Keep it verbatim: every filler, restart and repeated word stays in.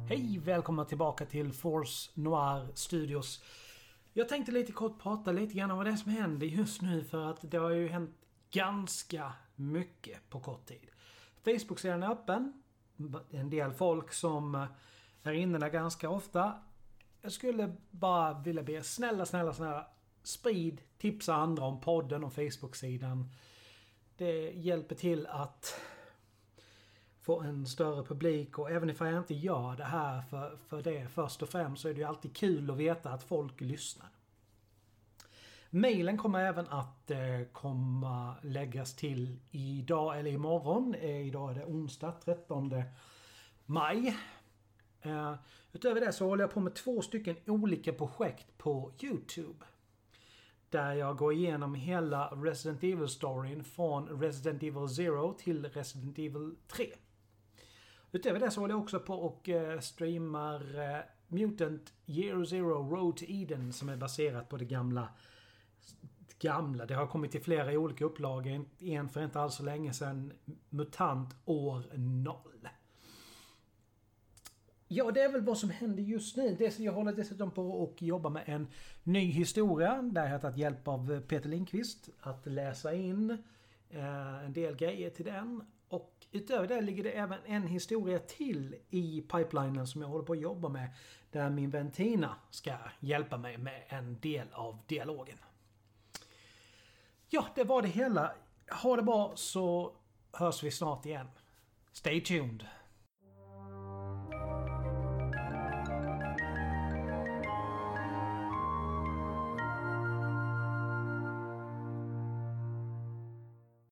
Hej, välkomna tillbaka till Force Noir Studios. Jag tänkte lite kort prata lite grann om vad det är som händer just nu, för att det har ju hänt ganska mycket på kort tid. Facebook-sidan är öppen. En del folk som är inne där ganska ofta. Jag skulle bara vilja be, snälla, snälla, snälla, sprid, tipsa andra om podden och Facebook-sidan. Det hjälper till att få en större publik, och även ifall jag inte gör det här för, för det först och främst, så är det ju alltid kul att veta att folk lyssnar. Mailen kommer även att eh, komma läggas till idag eller imorgon. Eh, idag är det onsdag trettonde maj. Eh, utöver det så håller jag på med två stycken olika projekt på YouTube. Där jag går igenom hela Resident Evil-storyn från Resident Evil Zero till Resident Evil tre. Utöver det så håller jag också på och uh, streamar uh, Mutant Year Zero Road to Eden, som är baserat på det gamla. gamla. Det har kommit till flera olika upplagor. En för inte alls så länge sedan. Mutant år noll. Ja, det är väl vad som händer just nu. Det, jag håller dessutom på och jobbar med en ny historia. Där jag har tagit hjälp av Peter Lindqvist att läsa in uh, en del grejer till den. Och utöver det ligger det även en historia till i pipelinen som jag håller på att jobba med. Där min vän Tina ska hjälpa mig med en del av dialogen. Ja, det var det hela. Ha det bra, så hörs vi snart igen. Stay tuned!